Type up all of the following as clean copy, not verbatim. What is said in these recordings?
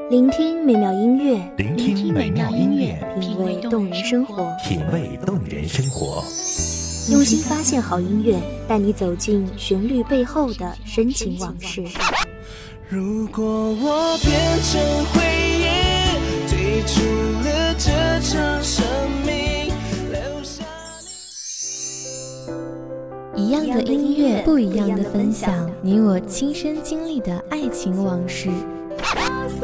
聆听美妙音乐， 聆听美妙音乐， 品味动人生活， 品味动人生活。 用心发现好音乐，带你走进旋律背后的深情往事。 如果我变成回忆，退出了这场生命，留下一样的音乐，不一样的分享，你我亲身经历的爱情往事。 告诉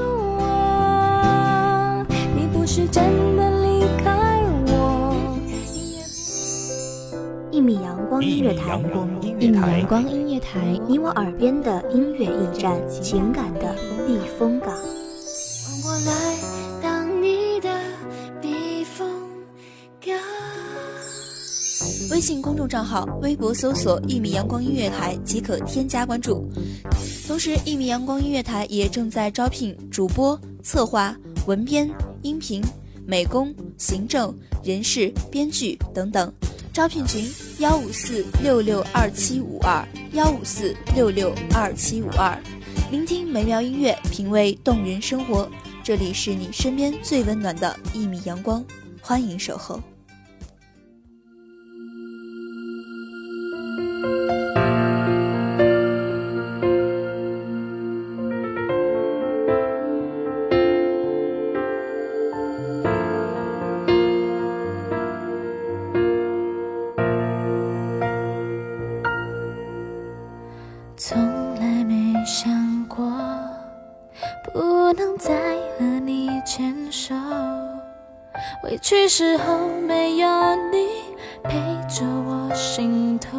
我，你不是真的离开我。 一米阳光音乐台， 一米阳光音乐台， 你我耳边的音乐驿站，情感的避风港。 让我来当你的避风港。 微信公众账号、微博搜索“一米阳光音乐台”即可添加关注。同时，一米阳光音乐台也正在招聘主播、策划、文编、音频、美工、行政、人事、编剧等等。招聘群154662752，154662752。聆听美妙音乐，品味动人生活。这里是你身边最温暖的一米阳光，欢迎守候。 从来没想过不能再和你牵手，委屈时候没有你陪着我心头，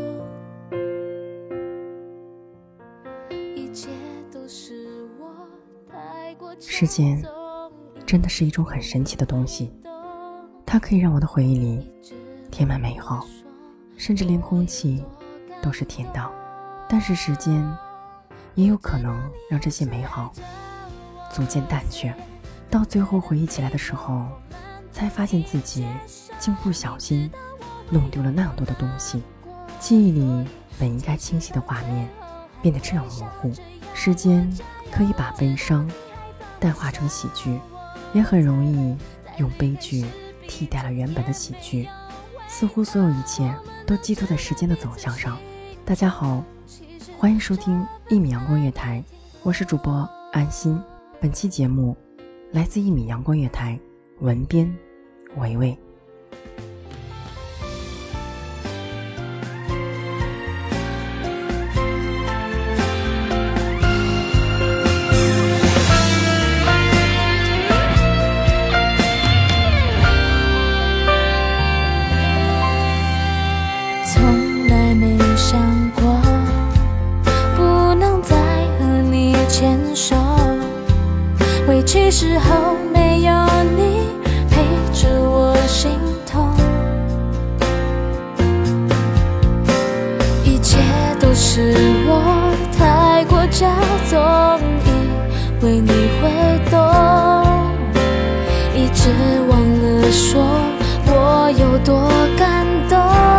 一切都是我太过。 时间真的是一种很神奇的东西，它可以让我的回忆里填满美好，甚至连空气都是甜的。但是时间也有可能让这些美好逐渐淡却，到最后回忆起来的时候，才发现自己竟不小心弄丢了那样多的东西。记忆里本应该清晰的画面变得这样模糊。时间可以把悲伤淡化成喜剧，也很容易用悲剧替代了原本的喜剧。似乎所有一切都寄托在时间的走向上。大家好，欢迎收听一米阳光乐台，我是主播安心。本期节目来自一米阳光乐台，文编维维。 从来没想过不能再和你牵手，委屈时候没有你陪着我心痛，一切都是我太过骄纵，以为你会懂，一直忘了说我有多感动。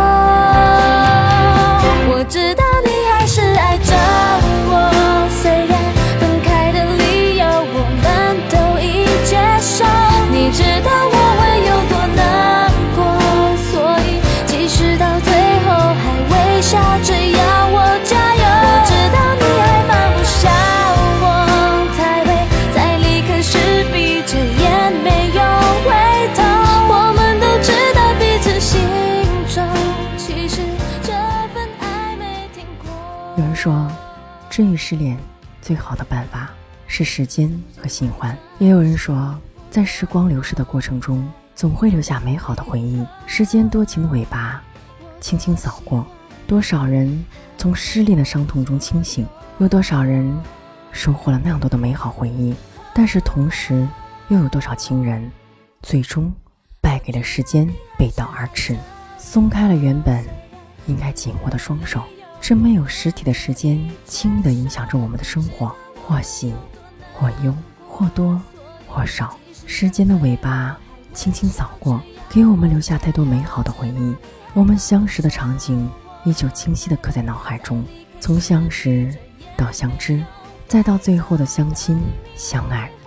我知道你还是爱着我，虽然分开的理由我们都已接受，你知道我会有多难过，所以即使到最后还微笑着要我加油。我知道你还放不下我，才会在离开时闭着眼没有回头。我们都知道彼此心中其实这份爱没停过。 有人说，治愈失恋最好的办法是时间和新欢。也有人说，在时光流逝的过程中，总会留下美好的回忆。时间多情的尾巴轻轻扫过，多少人从失恋的伤痛中清醒，有多少人收获了那样多的美好回忆。但是同时又有多少情人最终败给了时间，背道而驰，松开了原本应该紧握的双手。这没有实体的时间轻易地影响着我们的生活，或喜或忧，或多或少。时间的尾巴轻轻扫过，给我们留下太多美好的回忆。我们相识的场景依旧清晰地刻在脑海中，从相识到相知，再到最后的相亲相爱。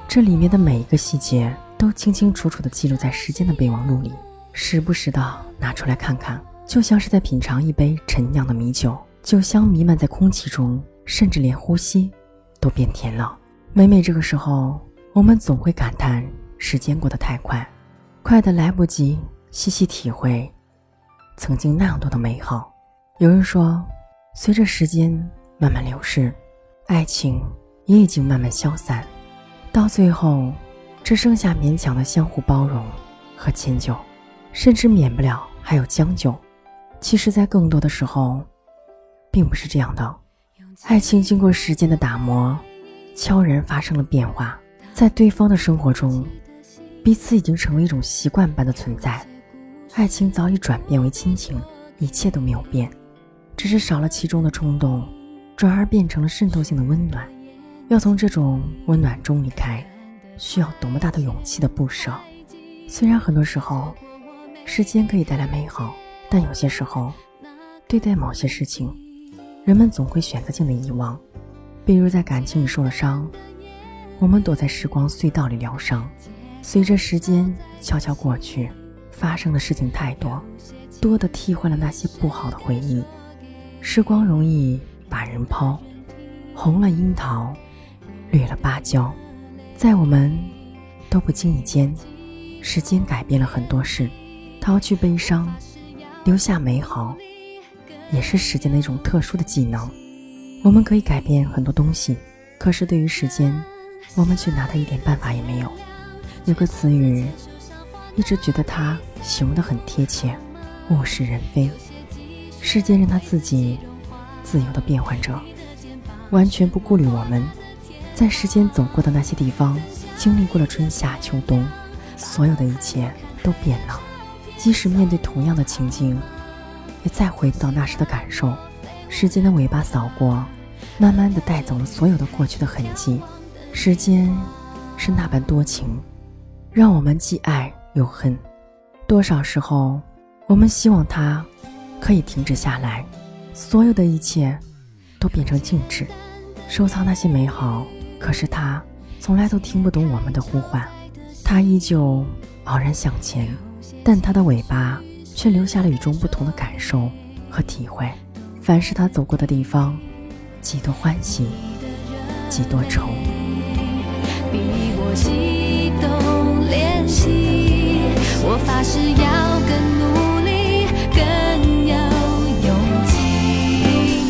这里面的每一个细节都清清楚楚地记录在时间的备忘录里，时不时地拿出来看看，就像是在品尝一杯陈酿的米酒，酒香弥漫在空气中，甚至连呼吸都变甜了。每每这个时候，我们总会感叹时间过得太快，快得来不及细细体会曾经那样多的美好。有人说，随着时间慢慢流逝，爱情也已经慢慢消散，到最后只剩下勉强的相互包容和迁就，甚至免不了还有将就。其实在更多的时候并不是这样的，爱情经过时间的打磨，悄然发生了变化，在对方的生活中，彼此已经成为一种习惯般的存在。爱情早已转变为亲情，一切都没有变，只是少了其中的冲动，转而变成了渗透性的温暖。要从这种温暖中离开，需要多么大的勇气的不舍。虽然很多时候时间可以带来美好，但有些时候对待某些事情，人们总会选择性的遗忘。比如在感情里受了伤，我们躲在时光隧道里疗伤，随着时间悄悄过去，发生的事情太多，多的替换了那些不好的回忆。时光容易把人抛，红了樱桃，绿了芭蕉，在我们都不经意间，时间改变了很多事，掏去悲伤，留下美好，也是时间的一种特殊的技能。我们可以改变很多东西，可是对于时间，我们却拿它一点办法也没有。有个词语一直觉得它形容得很贴切，物是人非。时间让它自己自由地变换着，完全不顾虑我们。在时间走过的那些地方，经历过了春夏秋冬，所有的一切都变了。即使面对同样的情境，也再回不到那时的感受。时间的尾巴扫过，慢慢地带走了所有的过去的痕迹。时间是那般多情，让我们既爱又恨。多少时候，我们希望它可以停止下来，所有的一切都变成静止，收藏那些美好，可是它从来都听不懂我们的呼唤。它依旧傲然向前，但它的尾巴却留下了与众不同的感受和体会。凡是他走过的地方，几多欢喜，几多愁。 比我激动练习，我发誓要更努力，更有勇气。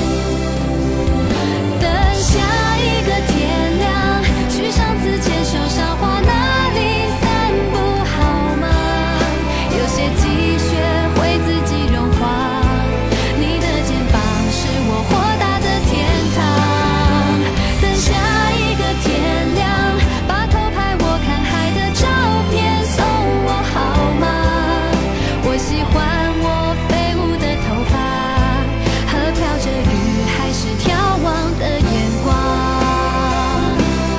等下一个天亮，去上次牵手赏花那里散步好吗？有些积雪会自己融化，你的肩膀是我豁达的天堂。等下一个天亮，把偷拍我看海的照片送我好吗？我喜欢我飞舞的头发和飘着雨还是眺望的眼光。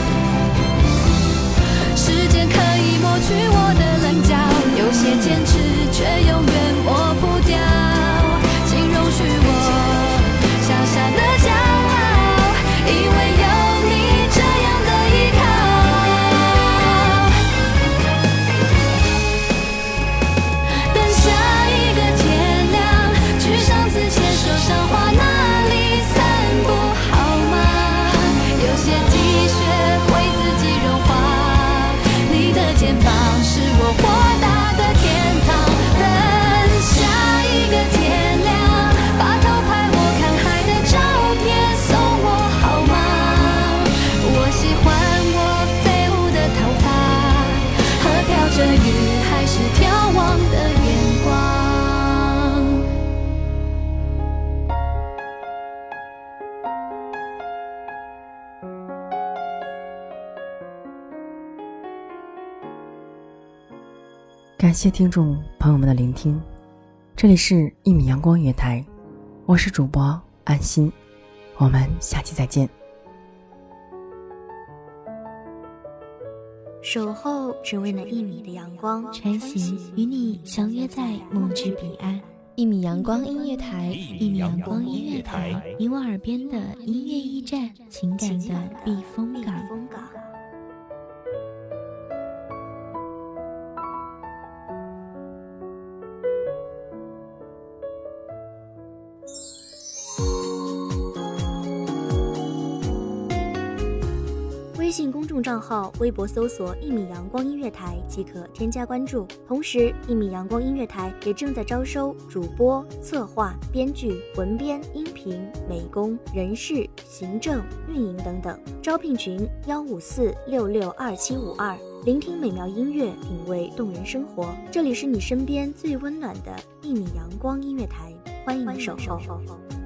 时间可以抹去我的棱角，有些坚持却永远抹不掉，请容许我小小的骄傲，因为有你这样的依靠。等下一个天亮，去上次牵手赏花那里散步好吗？有些积雪会自己融化，你的肩膀是我豁达的天堂。等下一个天亮，把偷拍我看海的照片送我好吗？我喜欢我飞舞的头发和飘着雨还是眺望的眼光。 感谢听众朋友们的聆听，这里是1米阳光音乐台，我是主播安心，我们下期再见。 守候只为那1米的阳光， 穿行与你相约在梦之彼岸。1米阳光音乐台，1米阳光音乐台，你我耳边的音乐驿站，情感的避风港。 信公众账号、微博搜索1米阳光音乐台即可添加关注。同时1米阳光音乐台也正在招收主播、策划、编剧、文编、音频、美工、人事、行政、运营等等。招聘群154662752，聆听美妙音乐，品味动人生活。这里是你身边最温暖的1米阳光音乐台，欢迎守候。